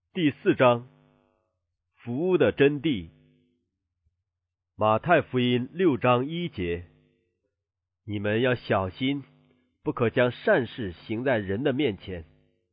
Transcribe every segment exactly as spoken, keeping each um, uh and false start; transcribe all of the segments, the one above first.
第四章，服务的真谛。马太福音六章一节：你们要小心，不可将善事行在人的面前。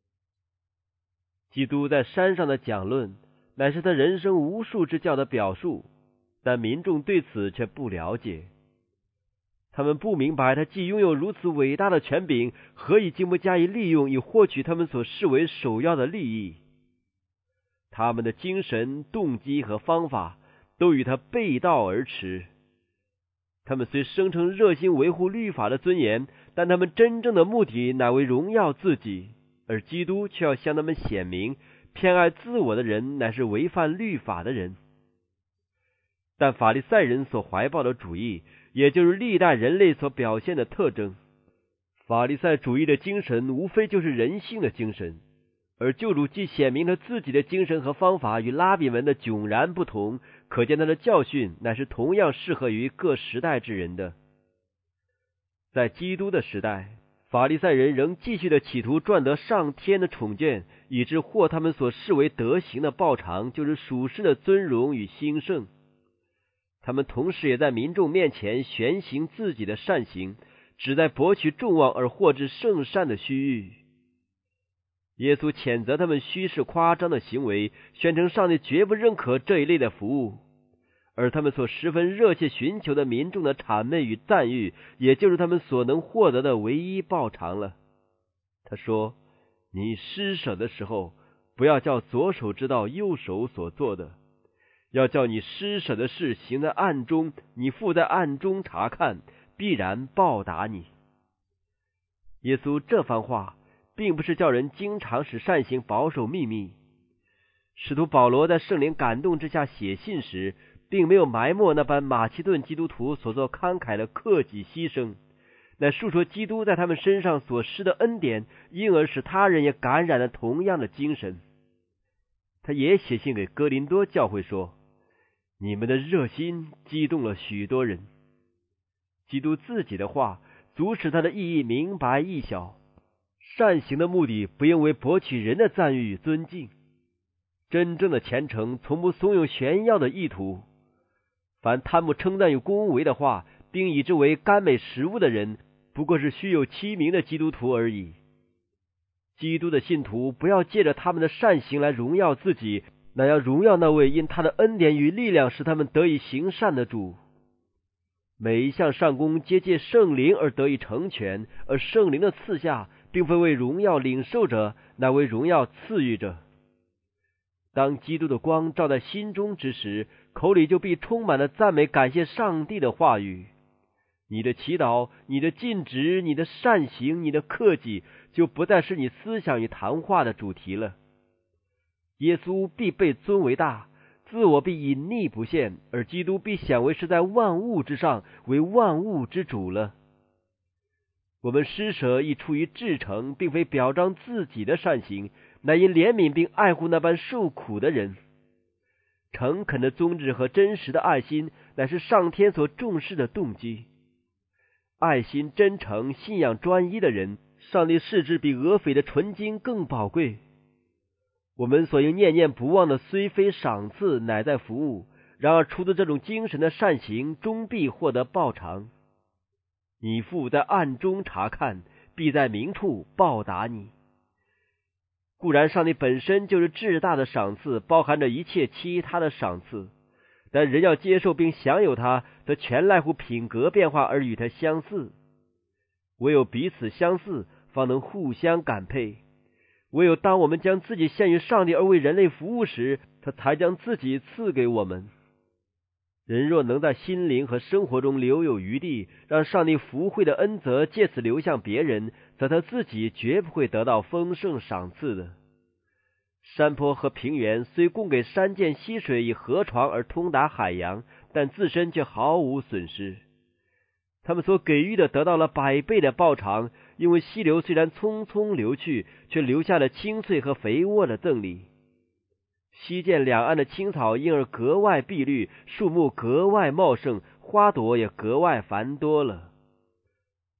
基督在山上的讲论，乃是他人生无数之教的表述，但民众对此却不了解。他们不明白，他既拥有如此伟大的权柄，何以竟不加以利用，以获取他们所视为首要的利益？他们的精神、动机和方法都与他背道而驰。他们虽声称热心维护律法的尊严，但他们真正的目的乃为荣耀自己，而基督却要向他们显明，偏爱自我的人乃是违反律法的人。但法利赛人所怀抱的主义，也就是历代人类所表现的特征。法利赛主义的精神无非就是人性的精神，而救主既显明了自己的精神和方法与拉比们的迥然不同，可见他的教训乃是同样适合于各时代之人的。在基督的时代，法利赛人仍继续的企图赚得上天的宠眷，以致获他们所视为德行的报偿，就是属世的尊荣与兴盛。他们同时也在民众面前宣行自己的善行，旨在博取众望而获致圣善的虚誉。耶稣谴责他们虚饰夸张的行为，宣称上帝绝不认可这一类的服务，而他们所十分热切寻求的民众的谄媚与赞誉，也就是他们所能获得的唯一报偿了。他说：你施舍的时候，不要叫左手知道右手所做的，要叫你施舍的事行在暗中，你父在暗中查看，必然报答你。耶稣这番话并不是叫人经常使善行保守秘密。使徒保罗在圣灵感动之下写信时，并没有埋没那般马其顿基督徒所做慷慨的克己牺牲，乃述说基督在他们身上所施的恩典，因而使他人也感染了同样的精神。他也写信给哥林多教会说：你们的热心激动了许多人。基督自己的话足使他的意义明白易晓。善行的目的不应为博取人的赞誉与尊敬，真正的虔诚从不怂恿炫耀的意图。凡贪慕称赞与恭维的话，并以之为甘美食物的人，不过是虚有其名的基督徒而已。基督的信徒不要借着他们的善行来荣耀自己，乃要荣耀那位因他的恩典与力量使他们得以行善的主。每一项善功皆借圣灵而得以成全，而圣灵的赐下并非为荣耀领受者，乃为荣耀赐予者。当基督的光照在心中之时，口里就必充满了赞美感谢上帝的话语。你的祈祷、你的尽职、你的善行、你的克己，就不再是你思想与谈话的主题了。耶稣必被尊为大，自我必隐匿不现，而基督必显为是在万物之上，为万物之主了。我们施舍亦出于至诚，并非表彰自己的善行，乃因怜悯并爱护那般受苦的人。诚恳的宗旨和真实的爱心，乃是上天所重视的动机。爱心真诚、信仰专一的人，上帝视之比俄斐的纯金更宝贵。我们所应念念不忘的，虽非赏赐，乃在服务。然而出自这种精神的善行，终必获得报偿。你父在暗中查看，必在明处报答你。固然上帝本身就是至大的赏赐，包含着一切其他的赏赐，但人要接受并享有它，则全赖乎品格变化而与它相似。唯有彼此相似，方能互相感配。唯有当我们将自己献于上帝而为人类服务时，他才将自己赐给我们。人若能在心灵和生活中留有余地，让上帝福惠的恩泽借此流向别人，则他自己绝不会得到丰盛赏赐的。山坡和平原虽供给山涧溪水以河床而通达海洋，但自身却毫无损失。他们所给予的得到了百倍的报偿，因为溪流虽然匆匆流去，却留下了青翠和肥沃的赠礼。溪涧两岸的青草因而格外碧绿，树木格外茂盛，花朵也格外繁多了。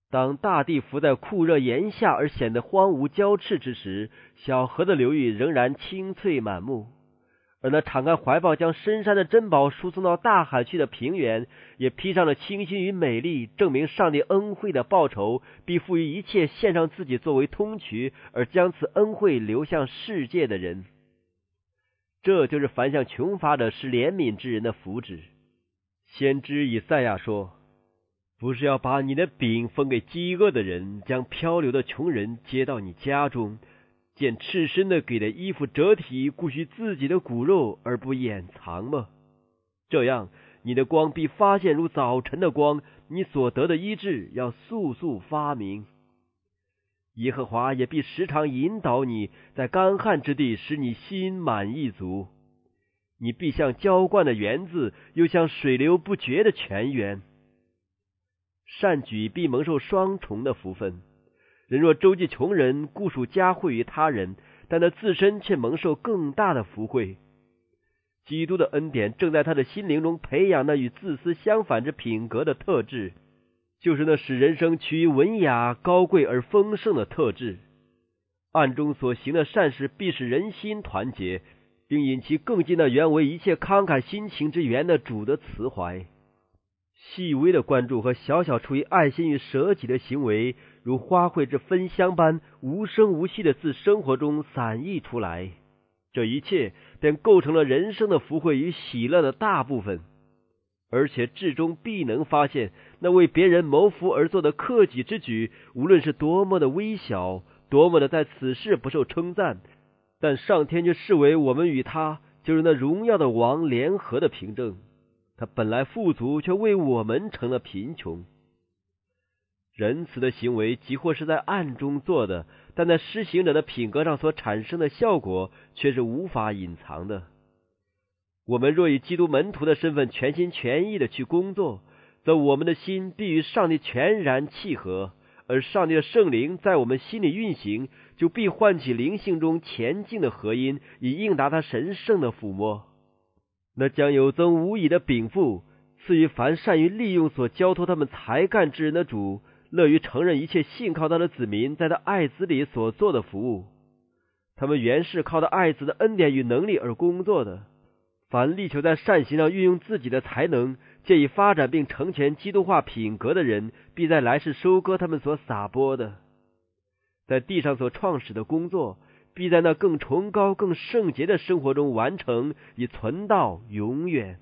当大地伏在酷热炎夏而显得荒芜交赤之时，小河的流域仍然青翠满目，而那敞开怀抱将深山的珍宝输送到大海去的平原，也披上了清新与美丽，证明上帝恩惠的报酬必赋予一切献上自己作为通渠，而将此恩惠流向世界的人。这就是凡向穷乏者施怜悯之人的福祉。先知以赛亚说，不是要把你的饼分给饥饿的人，将漂流的穷人接到你家中，见赤身的给的衣服折体，顾惜自己的骨肉而不掩藏吗？这样，你的光必发现如早晨的光，你所得的医治要速速发明。耶和华也必时常引导你，在干旱之地使你心满意足。你必像浇灌的园子，又像水流不绝的泉源。善举必蒙受双重的福分。人若周济穷人，固属嘉惠于他人，但他自身却蒙受更大的福惠。基督的恩典正在他的心灵中培养那与自私相反之品格的特质，就是那使人生趋于文雅、高贵而丰盛的特质。暗中所行的善事必使人心团结，并引其更近那原为一切慷慨心情之源的主的慈怀。细微的关注和小小出于爱心与舍己的行为，如花卉之芬香般无声无息地自生活中散溢出来，这一切便构成了人生的福惠与喜乐的大部分。而且至终必能发现，那为别人谋福而做的克己之举，无论是多么的微小，多么的在此世不受称赞，但上天却视为我们与他，就是那荣耀的王联合的凭证。他本来富足，却为我们成了贫穷。仁慈的行为即或是在暗中做的，但在施行者的品格上所产生的效果却是无法隐藏的。我们若以基督门徒的身份全心全意的去工作，则我们的心必与上帝全然契合，而上帝的圣灵在我们心里运行，就必唤起灵性中前进的合音，以应答他神圣的抚摸。那将有增无已的禀赋赐予凡善于利用所交托他们才干之人的主，乐于承认一切信靠他的子民在他爱子里所做的服务。他们原是靠他爱子的恩典与能力而工作的。凡力求在善行上运用自己的才能，借以发展并成全基督化品格的人，必在来世收割他们所撒播的。在地上所创始的工作，必在那更崇高更圣洁的生活中完成，以存到永远。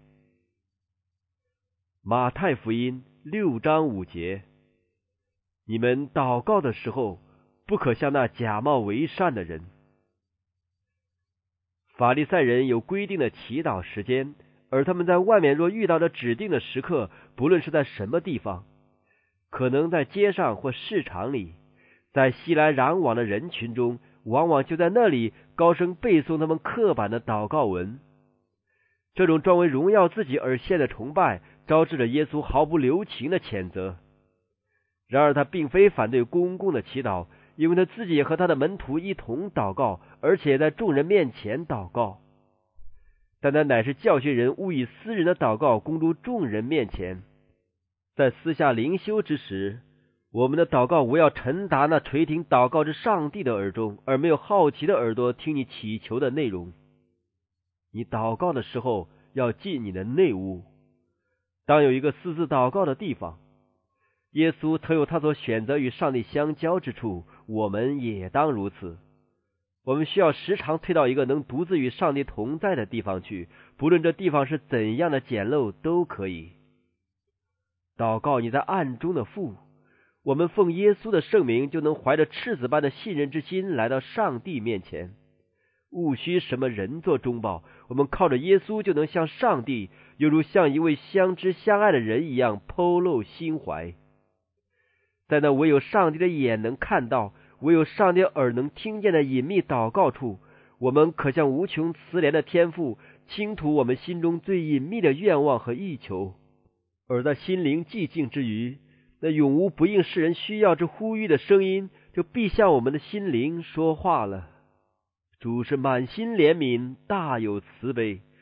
马太福音六章五节，你们祷告的时候，不可像那假冒为善的人。法利赛人有规定的祈祷时间，而他们在外面若遇到了指定的时刻，不论是在什么地方，可能在街上或市场里，在熙来攘往的人群中，往往就在那里高声背诵他们刻板的祷告文。这种专为荣耀自己而献的崇拜，招致了耶稣毫不留情的谴责。然而他并非反对公共的祈祷，因为他自己和他的门徒一同祷告，而且在众人面前祷告。但他乃是教训人勿以私人的祷告公诸众人面前。在私下灵修之时，我们的祷告无要沉达那垂听祷告之上帝的耳中，而没有好奇的耳朵听你祈求的内容。你祷告的时候，要进你的内屋，当有一个私自祷告的地方。耶稣曾有他所选择与上帝相交之处，我们也当如此。我们需要时常退到一个能独自与上帝同在的地方去，不论这地方是怎样的简陋都可以。祷告你在暗中的父，我们奉耶稣的圣名，就能怀着赤子般的信任之心来到上帝面前。务须什么人作中报，我们靠着耶稣就能向上帝，犹如向一位相知相爱的人一样剖露心怀。在那唯有上帝的眼能看到，唯有上帝耳能听见的隐秘祷告处，我们可向无穷慈怜的天父倾吐我们心中最隐秘的愿望和意求。而在心灵寂静之余，那永无不应世人需要之呼吁的声音，就必向我们的心灵说话了。主是满心怜悯，大有慈悲，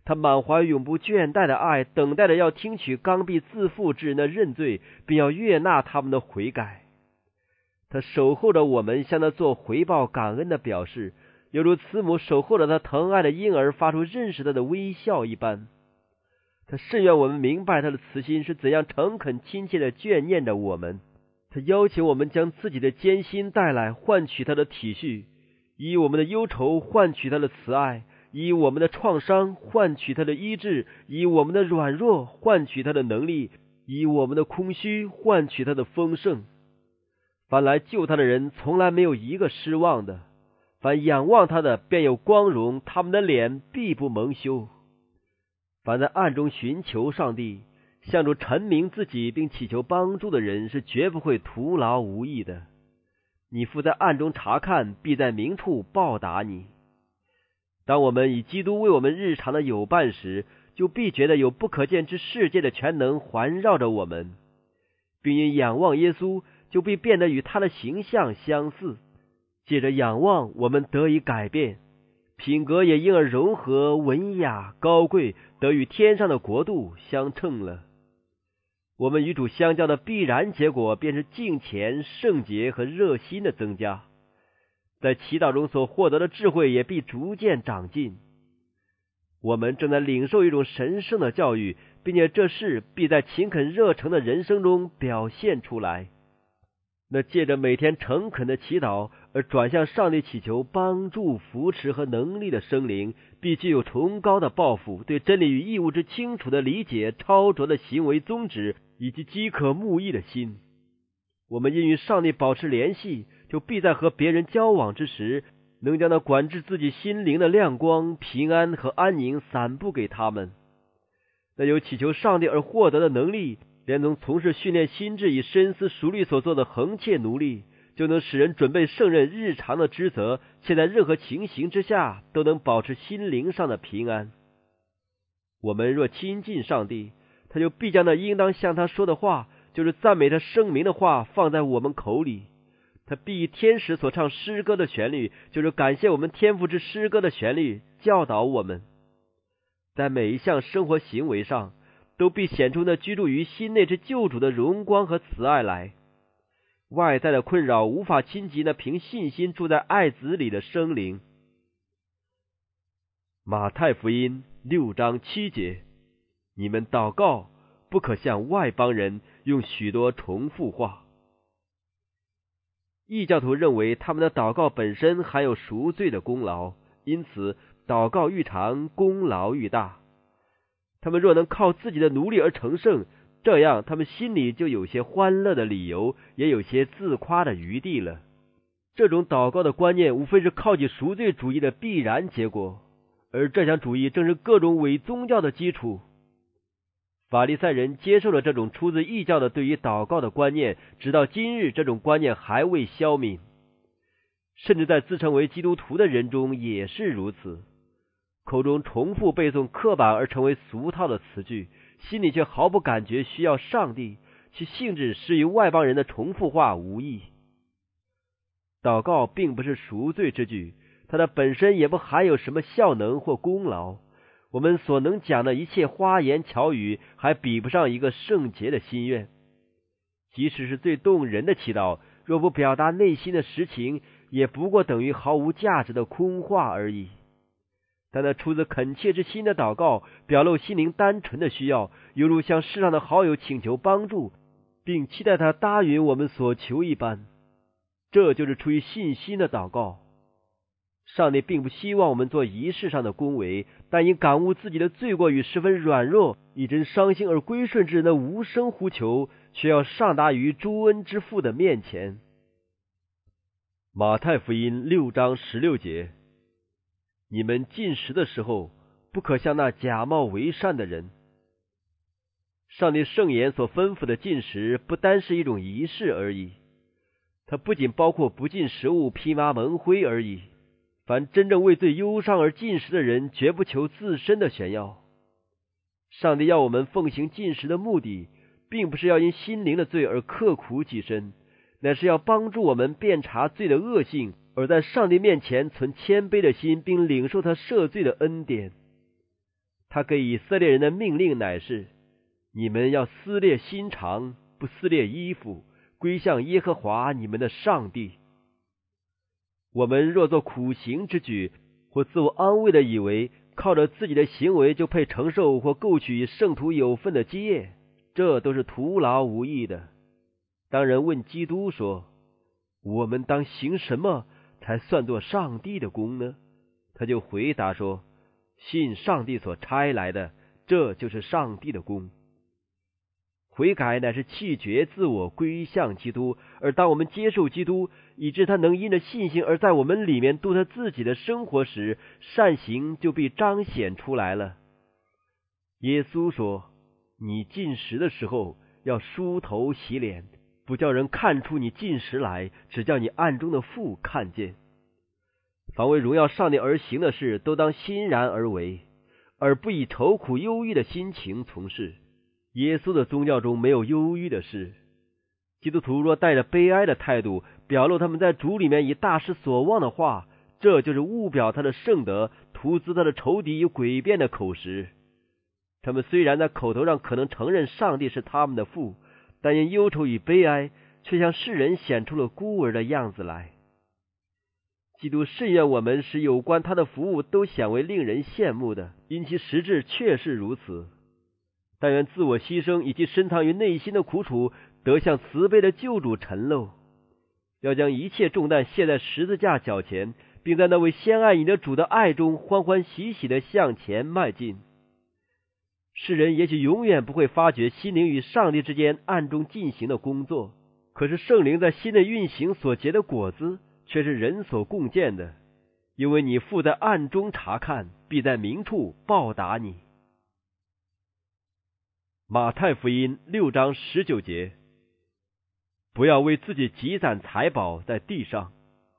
他满怀永不倦怠的爱，等待着要听取刚愎自负之人的认罪，并要悦纳他们的悔改。他守候着我们向他做回报感恩的表示，犹如慈母守候着他疼爱的婴儿发出认识他的微笑一般。他甚愿我们明白他的慈心是怎样诚恳亲切地眷念着我们。他邀请我们将自己的艰辛带来，换取他的体恤，以我们的忧愁换取他的慈爱，以我们的创伤换取他的医治，以我们的软弱换取他的能力，以我们的空虚换取他的丰盛。凡来救他的人从来没有一个失望的，凡仰望他的便有光荣，他们的脸必不蒙羞。凡在暗中寻求上帝，向主陈明自己并祈求帮助的人，是绝不会徒劳无益的。你父在暗中查看，必在明处报答你。当我们以基督为我们日常的友伴时，就必觉得有不可见之世界的全能环绕着我们，并因仰望耶稣，就必变得与他的形象相似。借着仰望，我们得以改变，品格也因而柔和、文雅、高贵，得与天上的国度相称了。我们与主相交的必然结果，便是敬虔、圣洁和热心的增加。在祈祷中所获得的智慧也必逐渐长进。我们正在领受一种神圣的教育，并且这事必在勤恳热诚的人生中表现出来。那借着每天诚恳的祈祷而转向上帝祈求帮助、扶持和能力的生灵，必具有崇高的抱负，对真理与义务之清楚的理解、超卓的行为宗旨以及饥渴慕义的心。我们因与上帝保持联系，就必在和别人交往之时，能将那管制自己心灵的亮光、平安和安宁散布给他们。那有祈求上帝而获得的能力，连同从事训练心智以深思熟虑所做的恒切努力，就能使人准备胜任日常的职责，且在任何情形之下都能保持心灵上的平安。我们若亲近上帝，他就必将那应当向他说的话，就是赞美他圣名的话，放在我们口里。他必以天使所唱诗歌的旋律，就是感谢我们天父之诗歌的旋律，教导我们。在每一项生活行为上，都必显出那居住于心内之救主的荣光和慈爱来。外在的困扰无法侵及那凭信心住在爱子里的生灵。马太福音六章七节，你们祷告，不可像外邦人用许多重复话。异教徒认为他们的祷告本身含有赎罪的功劳，因此祷告愈长，功劳愈大。他们若能靠自己的努力而成圣，这样他们心里就有些欢乐的理由，也有些自夸的余地了。这种祷告的观念无非是靠近赎罪主义的必然结果，而这项主义正是各种伪宗教的基础。法利赛人接受了这种出自异教的对于祷告的观念，直到今日这种观念还未消泯，甚至在自称为基督徒的人中也是如此。口中重复背诵刻板而成为俗套的词句，心里却毫不感觉需要上帝，其性质是与外邦人的重复话无异。祷告并不是赎罪之举，它的本身也不含有什么效能或功劳。我们所能讲的一切花言巧语，还比不上一个圣洁的心愿。即使是最动人的祈祷，若不表达内心的实情，也不过等于毫无价值的空话而已。但那出自恳切之心的祷告，表露心灵单纯的需要，犹如向世上的好友请求帮助，并期待他答允我们所求一般。这就是出于信心的祷告。上帝并不希望我们做仪式上的恭维，但因感悟自己的罪过与十分软弱，以真伤心而归顺之人的无声呼求，却要上达于诸恩之父的面前。马太福音六章十六节，你们进食的时候，不可像那假冒为善的人。上帝圣言所吩咐的进食，不单是一种仪式而已，它不仅包括不进食物披麻蒙灰而已。凡真正为罪忧伤而进食的人，绝不求自身的炫耀。上帝要我们奉行进食的目的，并不是要因心灵的罪而刻苦己身，乃是要帮助我们辨察罪的恶性，而在上帝面前存谦卑的心，并领受他赦罪的恩典。 他给以色列人的命令乃是：你们要撕裂心肠，不撕裂衣服，归向耶和华你们的上帝。我们若做苦行之举，或自我安慰的以为靠着自己的行为就配承受或购取圣徒有份的基业，这都是徒劳无益的。当人问基督说：我们当行什么才算作上帝的功呢？他就回答说：信上帝所差来的，这就是上帝的功。悔改乃是弃绝自我，归向基督，而当我们接受基督，以致他能因着信心而在我们里面度他自己的生活时，善行就被彰显出来了。耶稣说：你进食的时候要梳头洗脸，不叫人看出你进食来，只叫你暗中的父看见。凡为荣耀上帝而行的事，都当欣然而为，而不以愁苦忧郁的心情从事。耶稣的宗教中没有忧郁的事。基督徒若带着悲哀的态度表露他们在主里面以大失所望的话，这就是误表他的圣德，徒滋他的仇敌有诡辩的口实。他们虽然在口头上可能承认上帝是他们的父，但因忧愁与悲哀，却向世人显出了孤儿的样子来。基督甚愿我们使有关他的服务都显为令人羡慕的，因其实质确是如此。但愿自我牺牲以及深藏于内心的苦楚得向慈悲的救主陈露，要将一切重担卸在十字架脚前，并在那位先爱你的主的爱中欢欢喜喜地向前迈进。世人也许永远不会发觉心灵与上帝之间暗中进行的工作，可是圣灵在心的运行所结的果子却是人所共见的，因为你父在暗中查看，必在明处报答你。马太福音六章十九节：不要为自己积攒财宝在地上。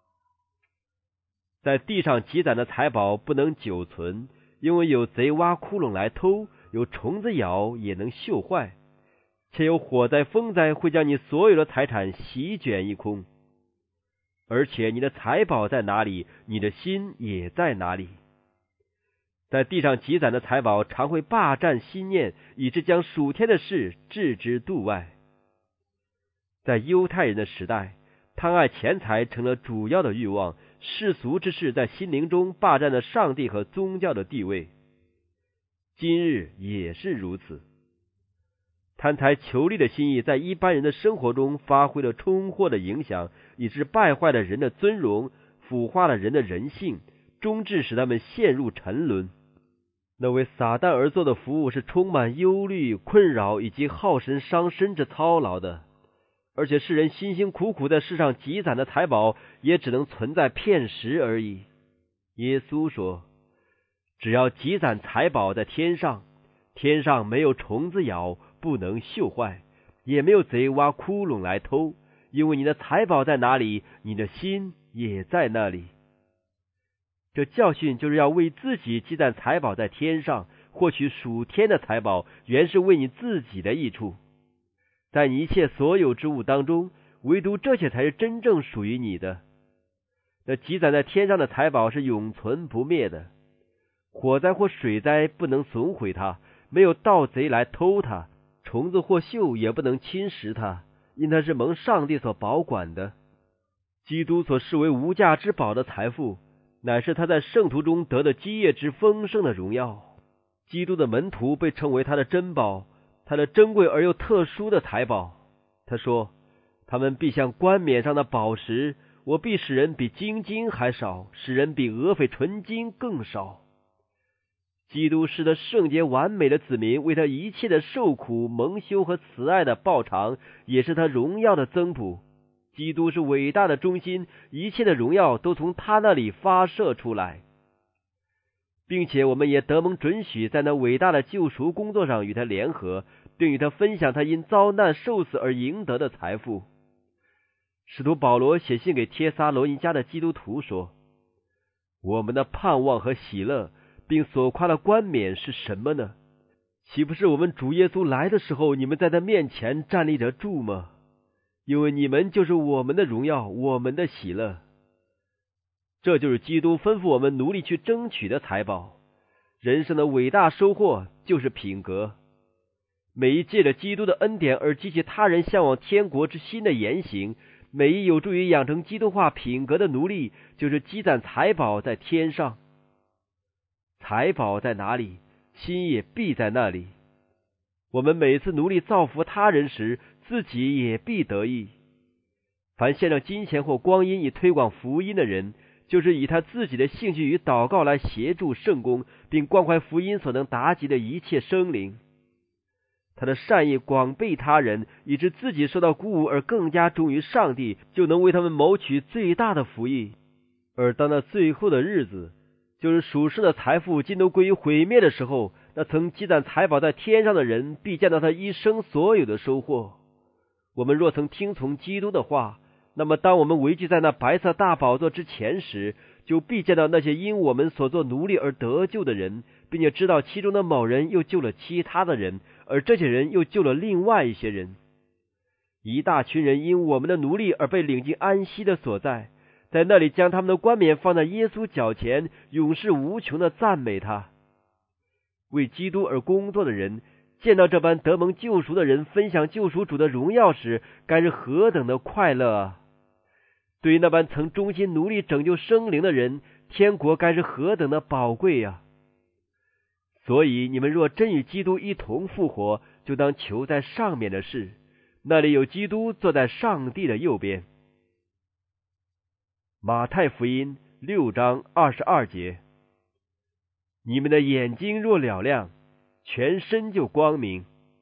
在地上积攒的财宝不能久存，因为有贼挖窟窿来偷，有虫子咬也能锈坏，且有火灾风灾会将你所有的财产席卷一空。而且你的财宝在哪里，你的心也在哪里。在地上积攒的财宝常会霸占心念，以致将属天的事置之度外。在犹太人的时代，贪爱钱财成了主要的欲望，世俗之事在心灵中霸占了上帝和宗教的地位。今日也是如此。贪财求利的心意在一般人的生活中发挥了冲祸的影响，以致败坏了人的尊荣，腐化了人的人性，终至使他们陷入沉沦。那为撒旦而做的服务是充满忧虑、困扰以及耗神伤身之操劳的，而且世人辛辛苦苦在世上积攒的财宝也只能存在片时而已。耶稣说：只要积攒财宝在天上，天上没有虫子咬，不能锈坏，也没有贼挖窟窿来偷，因为你的财宝在哪里，你的心也在那里。这教训就是要为自己积攒财宝在天上，获取属天的财宝，原是为你自己的益处。在你一切所有之物当中，唯独这些才是真正属于你的。那积攒在天上的财宝是永存不灭的，火灾或水灾不能损毁它，没有盗贼来偷它，虫子或锈也不能侵蚀它，因它是蒙上帝所保管的。基督所视为无价之宝的财富，乃是他在圣徒中得的基业之丰盛的荣耀。基督的门徒被称为他的珍宝，他的珍贵而又特殊的财宝。他说：他们必像冠冕上的宝石，我必使人比金金还少，使人比俄斐纯金更少。基督是他圣洁完美的子民为他一切的受苦、蒙羞和慈爱的报偿，也是他荣耀的增补。基督是伟大的中心，一切的荣耀都从他那里发射出来，并且我们也得蒙准许在那伟大的救赎工作上与他联合，并与他分享他因遭难受死而赢得的财富。使徒保罗写信给帖撒罗尼迦的基督徒说：我们的盼望和喜乐并所夸的冠冕是什么呢？岂不是我们主耶稣来的时候，你们在他面前站立得住吗？因为你们就是我们的荣耀，我们的喜乐。这就是基督吩咐我们努力去争取的财宝。 人生的伟大收获就是品格。每一借着基督的恩典而激起他人向往天国之心的言行，每一有助于养成基督化品格的奴隶，就是积攒财宝在天上。财宝在哪里，心也必在那里。我们每次努力造福他人时，自己也必得益。凡献上金钱或光阴以推广福音的人，就是以他自己的兴趣与祷告来协助圣工，并关怀福音所能达及的一切生灵。他的善意广被他人，以致自己受到鼓舞而更加忠于上帝，就能为他们谋取最大的福益。而当那最后的日子，就是属世的财富尽都归于毁灭的时候，那曾积攒财宝在天上的人必见到他一生所有的收获。我们若曾听从基督的话，那么当我们围聚在那白色大宝座之前时，就必见到那些因我们所做奴隶而得救的人，并且知道其中的某人又救了其他的人，而这些人又救了另外一些人。一大群人因我们的奴隶而被领进安息的所在，在那里将他们的冠冕放在耶稣脚前，永世无穷的赞美他。为基督而工作的人见到这般得蒙救赎的人分享救赎主的荣耀时，该是何等的快乐啊！对于那般曾忠心努力拯救生灵的人，天国该是何等的宝贵啊！所以你们若真与基督一同复活，就当求在上面的事，那里有基督坐在上帝的右边。马太福音六章二十二节：你们的眼睛若了亮，全身就光明。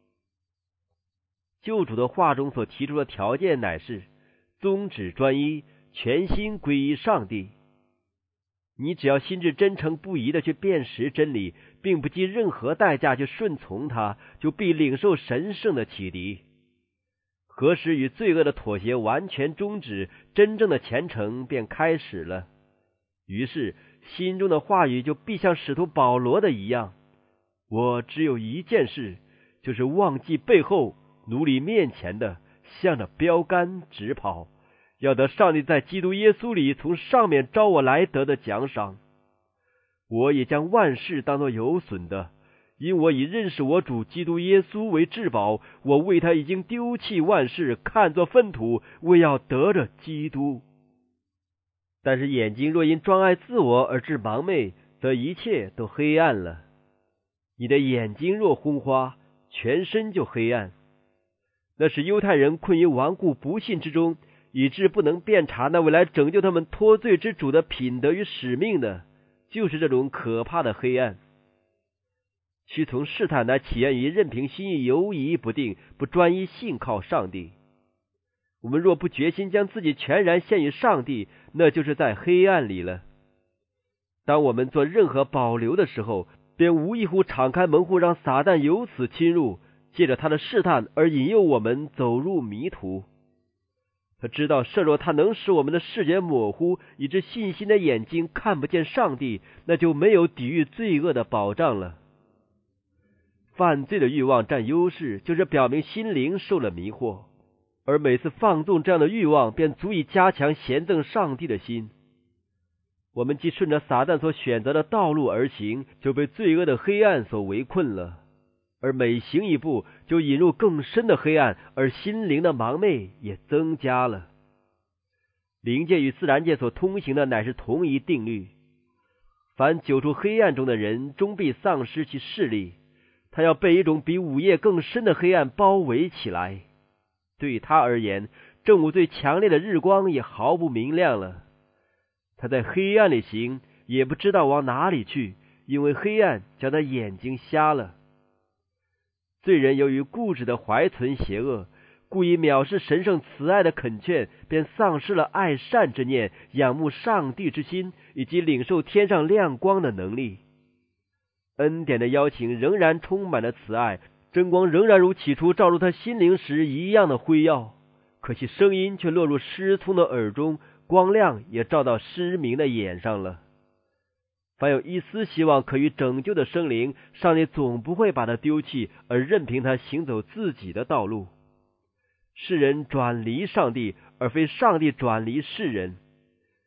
救主的话中所提出的条件乃是宗旨专一，全心归依上帝。你只要心智真诚不疑的去辨识真理，并不计任何代价去顺从它，就必领受神圣的启迪。何时与罪恶的妥协完全终止，真正的虔诚便开始了。于是心中的话语就必像使徒保罗的一样：我只有一件事，就是忘记背后，努力面前的，向着标杆直跑，要得上帝在基督耶稣里从上面招我来得的奖赏。我也将万事当作有损的，因我以认识我主基督耶稣为至宝，我为他已经丢弃万事，看作粪土，为要得着基督。但是眼睛若因专爱自我而致盲昧，则一切都黑暗了。你的眼睛若昏花，全身就黑暗。那是犹太人困于顽固不信之中，以致不能辨察那未来拯救他们脱罪之主的品德与使命的，就是这种可怕的黑暗。屈从试探乃起源于任凭心意游移不定，不专一信靠上帝。我们若不决心将自己全然献于上帝，那就是在黑暗里了。当我们做任何保留的时候，便无异乎敞开门户，让撒旦由此侵入，借着他的试探而引诱我们走入迷途。他知道，设若他能使我们的视觉模糊，以致信心的眼睛看不见上帝，那就没有抵御罪恶的保障了。犯罪的欲望占优势，就是表明心灵受了迷惑，而每次放纵这样的欲望，便足以加强咸憎上帝的心。我们既顺着撒旦所选择的道路而行，就被罪恶的黑暗所围困了，而每行一步就引入更深的黑暗，而心灵的盲昧也增加了。灵界与自然界所通行的乃是同一定律，凡久处黑暗中的人，终必丧失其视力，他要被一种比午夜更深的黑暗包围起来。对他而言，正午最强烈的日光也毫不明亮了。他在黑暗里行，也不知道往哪里去，因为黑暗将他眼睛瞎了。罪人由于固执的怀存邪恶，故意藐视神圣慈爱的恳劝，便丧失了爱善之念，仰慕上帝之心，以及领受天上亮光的能力。恩典的邀请仍然充满了慈爱，真光仍然如起初照入他心灵时一样的辉耀，可惜声音却落入失聪的耳中，光亮也照到失明的眼上了。凡有一丝希望可与拯救的生灵，上帝总不会把他丢弃，而任凭他行走自己的道路。世人转离上帝，而非上帝转离世人。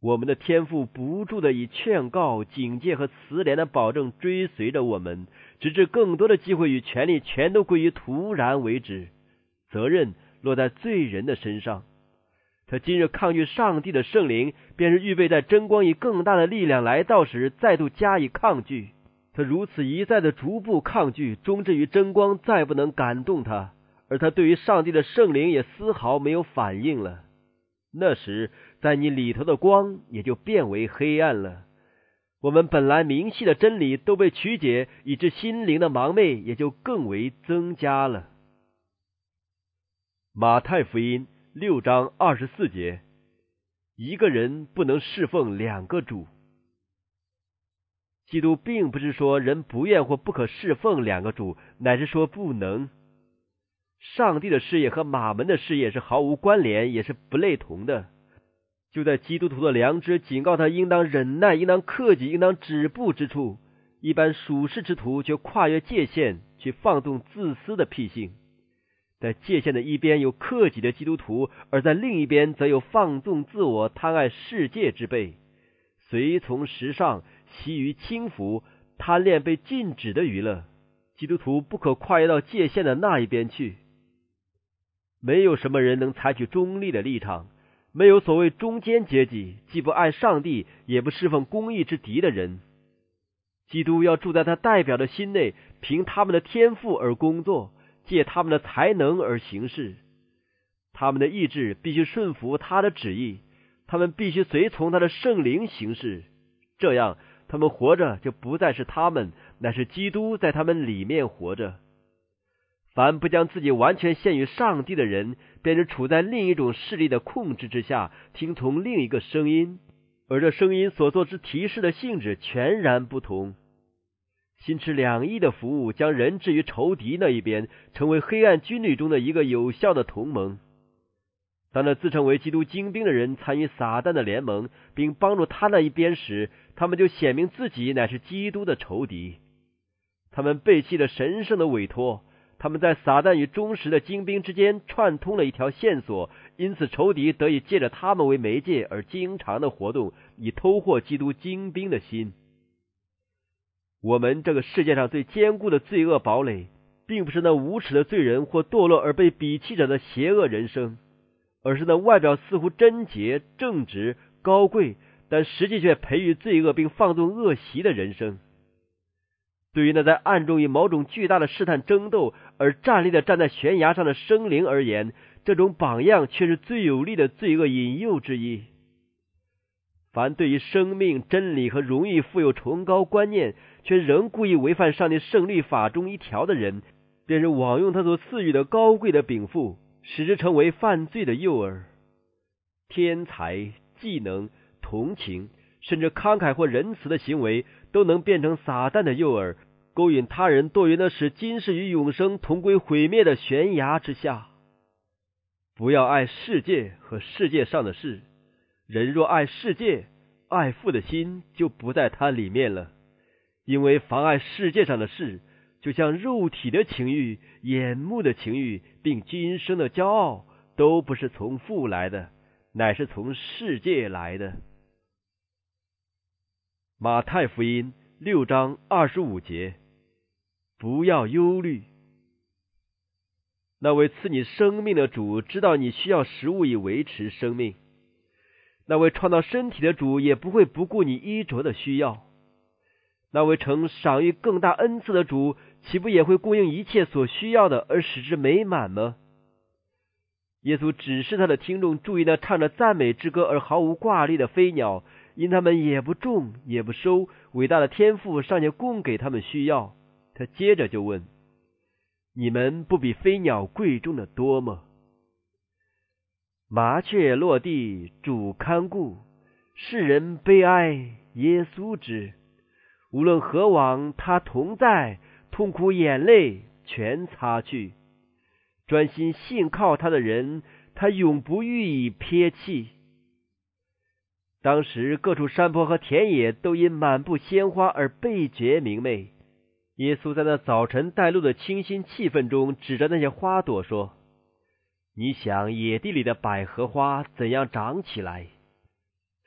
我们的天父不住的以劝告、警戒和慈怜的保证追随着我们，直至更多的机会与权利全都归于突然为止，责任落在罪人的身上。他今日抗拒上帝的圣灵，便是预备在真光以更大的力量来到时再度加以抗拒。他如此一再的逐步抗拒，终至于真光再不能感动他，而他对于上帝的圣灵也丝毫没有反应了。那时在你里头的光也就变为黑暗了。我们本来明晰的真理都被曲解，以致心灵的盲昧也就更为增加了。马太福音六章二十四节，一个人不能侍奉两个主。基督并不是说人不愿或不可侍奉两个主，乃是说不能。上帝的事业和马门的事业是毫无关联，也是不类同的。就在基督徒的良知警告他应当忍耐、应当克己、应当止步之处，一般属世之徒却跨越界限，去放纵自私的癖性。在界限的一边有克己的基督徒，而在另一边则有放纵自我、贪爱世界之辈，随从时尚，习于轻浮，贪恋被禁止的娱乐。基督徒不可跨越到界限的那一边去。没有什么人能采取中立的立场，没有所谓中间阶级，既不爱上帝，也不侍奉公义之敌的人。基督要住在他代表的心内，凭他们的天赋而工作，借他们的才能而行事。他们的意志必须顺服他的旨意，他们必须随从他的圣灵行事。这样他们活着就不再是他们，乃是基督在他们里面活着。凡不将自己完全献于上帝的人，便是处在另一种势力的控制之下，听从另一个声音，而这声音所做之提示的性质全然不同。心持两翼的服务，将人置于仇敌那一边，成为黑暗军旅中的一个有效的同盟。当那自称为基督精兵的人参与撒旦的联盟，并帮助他那一边时，他们就显明自己乃是基督的仇敌。他们背弃了神圣的委托，他们在撒旦与忠实的精兵之间串通了一条线索，因此仇敌得以借着他们为媒介而经常的活动，以偷获基督精兵的心。我们这个世界上最坚固的罪恶堡垒，并不是那无耻的罪人或堕落而被鄙弃者的邪恶人生，而是那外表似乎贞洁、正直、高贵，但实际却培育罪恶并放纵恶习的人生。对于那在暗中以某种巨大的试探争斗而站立的站在悬崖上的生灵而言，这种榜样却是最有力的罪恶引诱之一。凡对于生命、真理和荣誉富有崇高观念，却仍故意违反上帝圣律法中一条的人，便是枉用他所赐予的高贵的禀赋，使之成为犯罪的诱饵。天才、技能、同情，甚至慷慨或仁慈的行为，都能变成撒旦的诱饵，勾引他人堕于那使今世与永生同归毁灭的悬崖之下。不要爱世界和世界上的事，人若爱世界，爱父的心就不在他里面了。因为妨碍世界上的事，就像肉体的情欲、眼目的情欲，并今生的骄傲，都不是从父来的，乃是从世界来的。马太福音六章二十五节，不要忧虑。那位赐你生命的主知道你需要食物以维持生命，那位创造身体的主也不会不顾你衣着的需要。那位曾赏予更大恩赐的主，岂不也会供应一切所需要的，而使之美满吗？耶稣指示他的听众注意那唱着赞美之歌而毫无挂虑的飞鸟，因他们也不种也不收，伟大的天父尚且供给他们需要。他接着就问：你们不比飞鸟贵重的多吗？麻雀落地，主看顾；世人悲哀，耶稣知。无论何往，他同在，痛苦眼泪全擦去。专心信靠他的人，他永不予以撇弃。当时各处山坡和田野都因满布鲜花而倍觉明媚。耶稣在那早晨带路的清新气氛中，指着那些花朵说：你想野地里的百合花怎样长起来？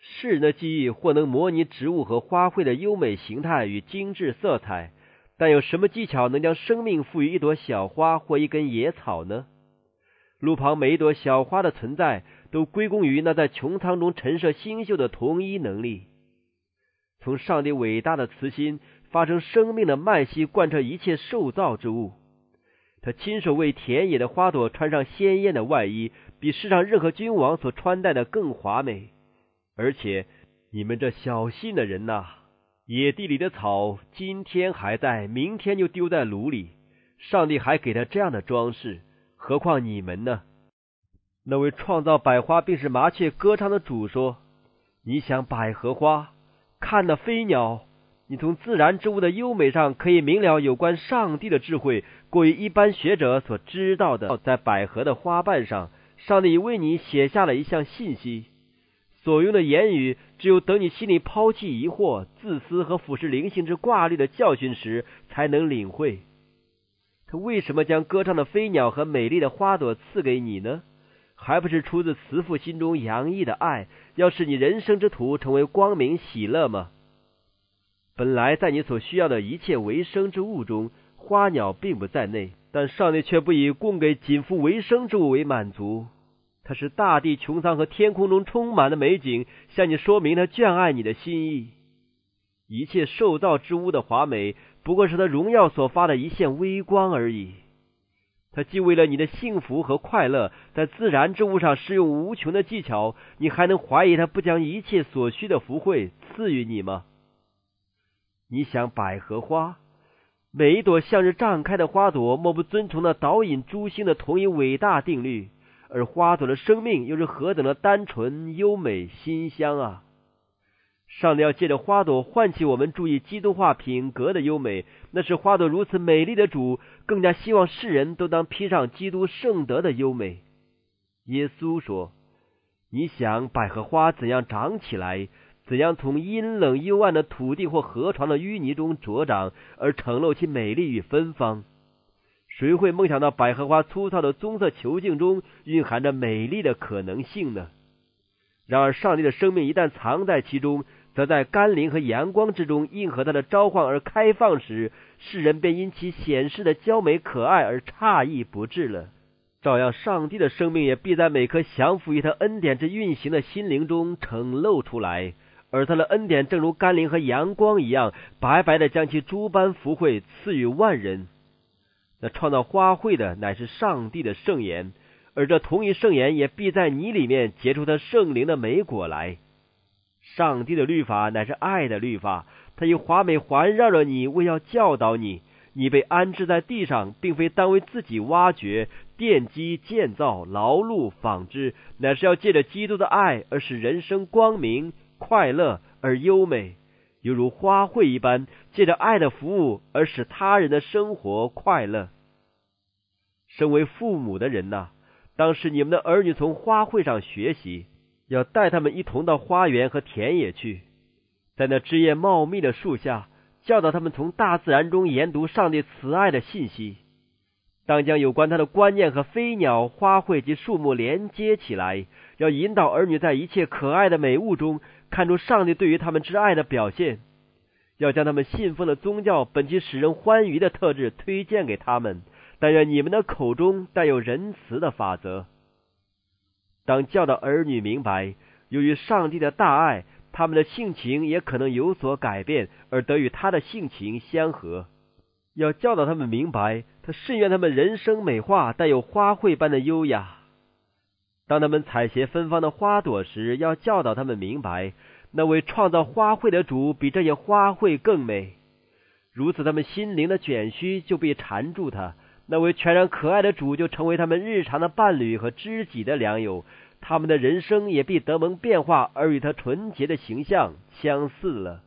世人的记忆或能模拟植物和花卉的优美形态与精致色彩，但有什么技巧能将生命赋予一朵小花或一根野草呢？路旁每一朵小花的存在，都归功于那在穹苍中陈设星宿的同一能力。从上帝伟大的慈心发生生命的脉息，贯彻一切受造之物。他亲手为田野的花朵穿上鲜艳的外衣，比世上任何君王所穿戴的更华美。而且你们这小信的人呐、啊，野地里的草今天还在，明天就丢在炉里，上帝还给他这样的装饰，何况你们呢？那位创造百花并使麻雀歌唱的主说，你想百合花，看那飞鸟，你从自然之物的优美上可以明了有关上帝的智慧，过于一般学者所知道的。在百合的花瓣上，上帝为你写下了一项信息，所用的言语只有等你心里抛弃疑惑、自私和俯视灵性之挂虑的教训时才能领会。他为什么将歌唱的飞鸟和美丽的花朵赐给你呢？还不是出自慈父心中洋溢的爱，要使你人生之途成为光明喜乐吗？本来在你所需要的一切维生之物中，花鸟并不在内，但上帝却不以供给仅付维生之物为满足。他是大地穹苍和天空中充满的美景，向你说明他眷爱你的心意。一切受造之物的华美，不过是他荣耀所发的一线微光而已。他既为了你的幸福和快乐，在自然之物上施用无穷的技巧，你还能怀疑他不将一切所需的福惠赐予你吗？你想百合花，每一朵向日绽开的花朵，莫不遵从那导引诸星的同一伟大定律，而花朵的生命又是何等的单纯、优美、馨香啊！上帝要借着花朵唤起我们注意基督化品格的优美，那是花朵如此美丽的主更加希望世人都当披上基督圣德的优美。耶稣说，你想百合花怎样长起来，怎样从阴冷幽暗的土地或河床的淤泥中茁长，而呈露其美丽与芬芳。谁会梦想到百合花粗糙的棕色球茎中蕴含着美丽的可能性呢？然而上帝的生命一旦藏在其中，则在甘霖和阳光之中应和他的召唤而开放时，世人便因其显示的娇美可爱而诧异不至了。照样上帝的生命也必在每颗降服于他恩典之运行的心灵中呈露出来，而他的恩典正如甘霖和阳光一样，白白的将其诸般福惠赐予万人。那创造花卉的乃是上帝的圣言，而这同一圣言也必在你里面结出他圣灵的美果来。上帝的律法乃是爱的律法，他以华美环绕着你，为要教导你。你被安置在地上，并非单为自己挖掘、奠基、建造、劳碌、纺织，乃是要借着基督的爱而使人生光明、快乐而优美，犹如花卉一般，借着爱的服务而使他人的生活快乐。身为父母的人呐、啊，当使你们的儿女从花卉上学习，要带他们一同到花园和田野去，在那枝叶茂密的树下，教导他们从大自然中研读上帝慈爱的信息。当将有关他的观念和飞鸟、花卉及树木连接起来，要引导儿女在一切可爱的美物中看出上帝对于他们之爱的表现，要将他们信奉的宗教本其使人欢愉的特质推荐给他们，但愿你们的口中带有仁慈的法则。当教导儿女明白，由于上帝的大爱，他们的性情也可能有所改变，而得与他的性情相合。要教导他们明白，他甚愿他们人生美化，带有花卉般的优雅。当他们采撷芬芳的花朵时，要教导他们明白，那位创造花卉的主比这些花卉更美。如此，他们心灵的卷须就被缠住他，那位全然可爱的主就成为他们日常的伴侣和知己的良友，他们的人生也必得蒙变化，而与他纯洁的形象相似了。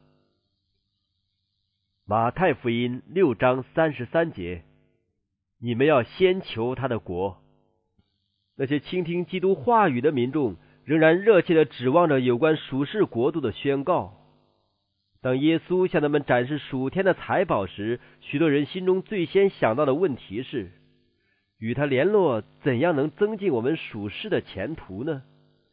马太福音六章三十三节，你们要先求他的国。那些倾听基督话语的民众仍然热切地指望着有关属世国度的宣告。当耶稣向他们展示属天的财宝时，许多人心中最先想到的问题是，与他联络怎样能增进我们属世的前途呢？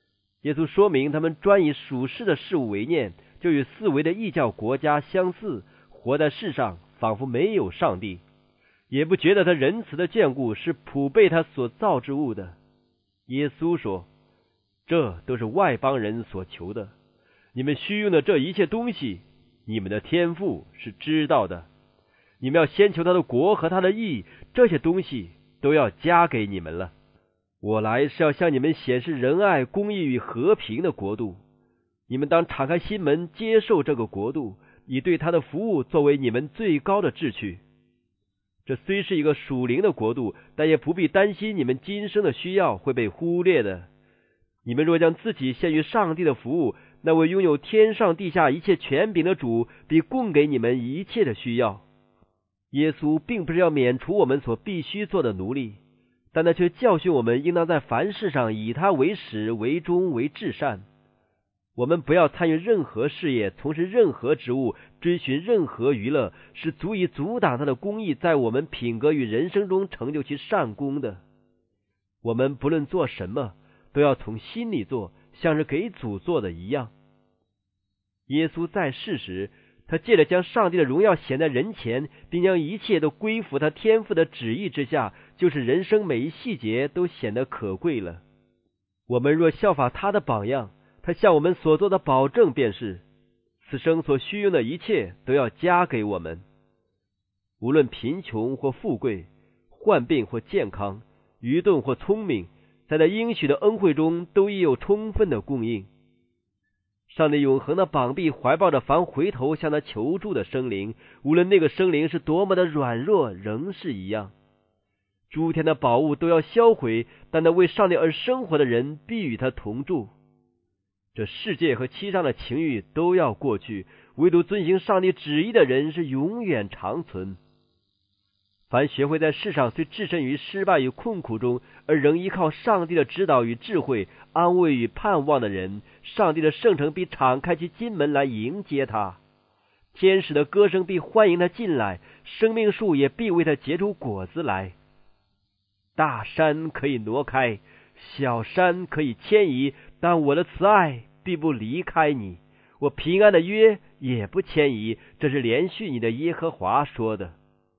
耶稣说明他们专以属世的事物为念，就与四维的异教国家相似，活在世上仿佛没有上帝，也不觉得他仁慈的眷顾是普被他所造之物的。耶稣说，这都是外邦人所求的，你们需用的这一切东西，你们的天父是知道的。你们要先求他的国和他的义，这些东西都要加给你们了。我来是要向你们显示仁爱、公义与和平的国度，你们当敞开心门接受这个国度，以对他的服务作为你们最高的志趣。这虽是一个属灵的国度，但也不必担心你们今生的需要会被忽略的。你们若将自己献于上帝的服务，那位拥有天上地下一切权柄的主必供给你们一切的需要。耶稣并不是要免除我们所必须做的奴隶，但他却教训我们应当在凡事上以他为始、为终、为至善。我们不要参与任何事业，从事任何职务，追寻任何娱乐，是足以阻挡他的公义在我们品格与人生中成就其善功的。我们不论做什么，都要从心里做，像是给主做的一样。耶稣在世时，他借着将上帝的荣耀显在人前，并将一切都归服他天父的旨意之下，就是人生每一细节都显得可贵了。我们若效法他的榜样，他向我们所做的保证便是，此生所需用的一切都要加给我们，无论贫穷或富贵，患病或健康，愚钝或聪明，在他应许的恩惠中都已有充分的供应。上帝永恒的膀臂怀抱着凡回头向他求助的生灵，无论那个生灵是多么的软弱，仍是一样。诸天的宝物都要销毁，但那为上帝而生活的人必与他同住。这世界和其上的情欲都要过去，唯独遵行上帝旨意的人是永远长存。凡学会在世上虽置身于失败与困苦中，而仍依靠上帝的指导与智慧、安慰与盼望的人，上帝的圣城必敞开其金门来迎接他，天使的歌声必欢迎他进来，生命树也必为他结出果子来。大山可以挪开，小山可以迁移，但我的慈爱必不离开你，我平安的约也不迁移，这是连续你的耶和华说的。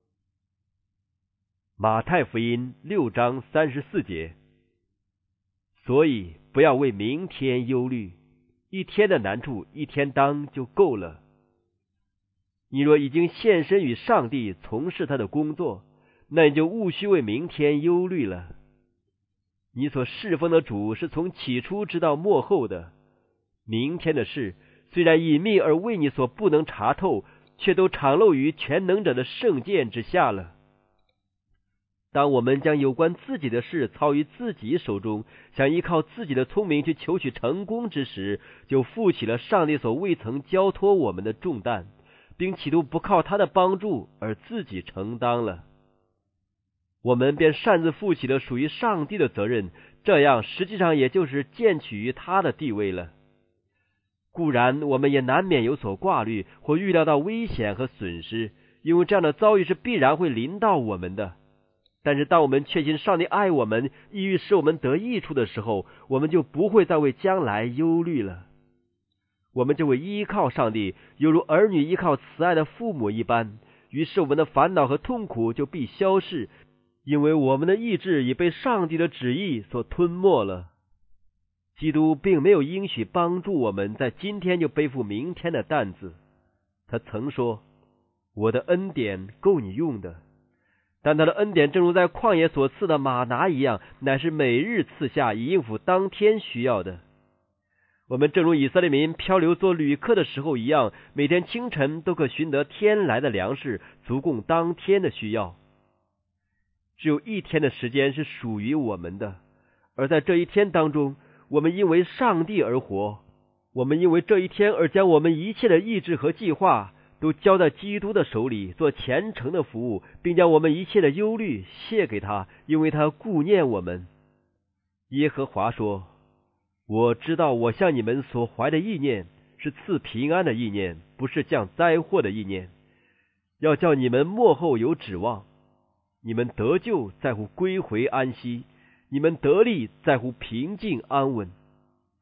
马太福音六章三十四节。所以不要为明天忧虑，一天的难处一天当就够了。你若已经献身与上帝，从事他的工作，那你就务须为明天忧虑了。你所侍奉的主是从起初直到末后的，明天的事虽然隐秘而为你所不能查透，却都敞露于全能者的圣剑之下了。当我们将有关自己的事操于自己手中，想依靠自己的聪明去求取成功之时，就负起了上帝所未曾交托我们的重担，并企图不靠他的帮助而自己承担了。我们便擅自负起了属于上帝的责任，这样实际上也就是渐取于他的地位了。固然我们也难免有所挂虑，或预料到危险和损失，因为这样的遭遇是必然会临到我们的。但是当我们确信上帝爱我们，意欲使我们得益处的时候，我们就不会再为将来忧虑了。我们就会依靠上帝，犹如儿女依靠慈爱的父母一般，于是我们的烦恼和痛苦就必消逝，因为我们的意志已被上帝的旨意所吞没了。基督并没有应许帮助我们在今天就背负明天的担子。他曾说，我的恩典够你用的。但他的恩典正如在旷野所赐的玛拿一样，乃是每日赐下，以应付当天需要的。我们正如以色列民漂流做旅客的时候一样，每天清晨都可寻得天来的粮食，足供当天的需要。只有一天的时间是属于我们的，而在这一天当中，我们因为上帝而活，我们因为这一天而将我们一切的意志和计划都交在基督的手里，做虔诚的服务，并将我们一切的忧虑卸给他，因为他顾念我们。耶和华说，我知道我向你们所怀的意念是赐平安的意念，不是降灾祸的意念，要叫你们末后有指望。你们得救在乎归回安息，你们得力在乎平静安稳。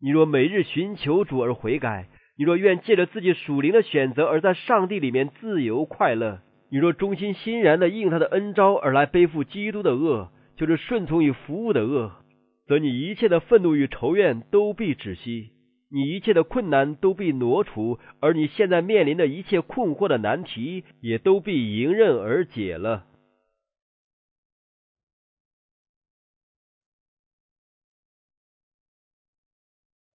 你若每日寻求主而悔改，你若愿借着自己属灵的选择而在上帝里面自由快乐，你若忠心欣然地应他的恩召而来背负基督的恶，就是顺从与服务的恶，则你一切的愤怒与仇怨都必止息，你一切的困难都必挪除，而你现在面临的一切困惑的难题也都必迎刃而解了。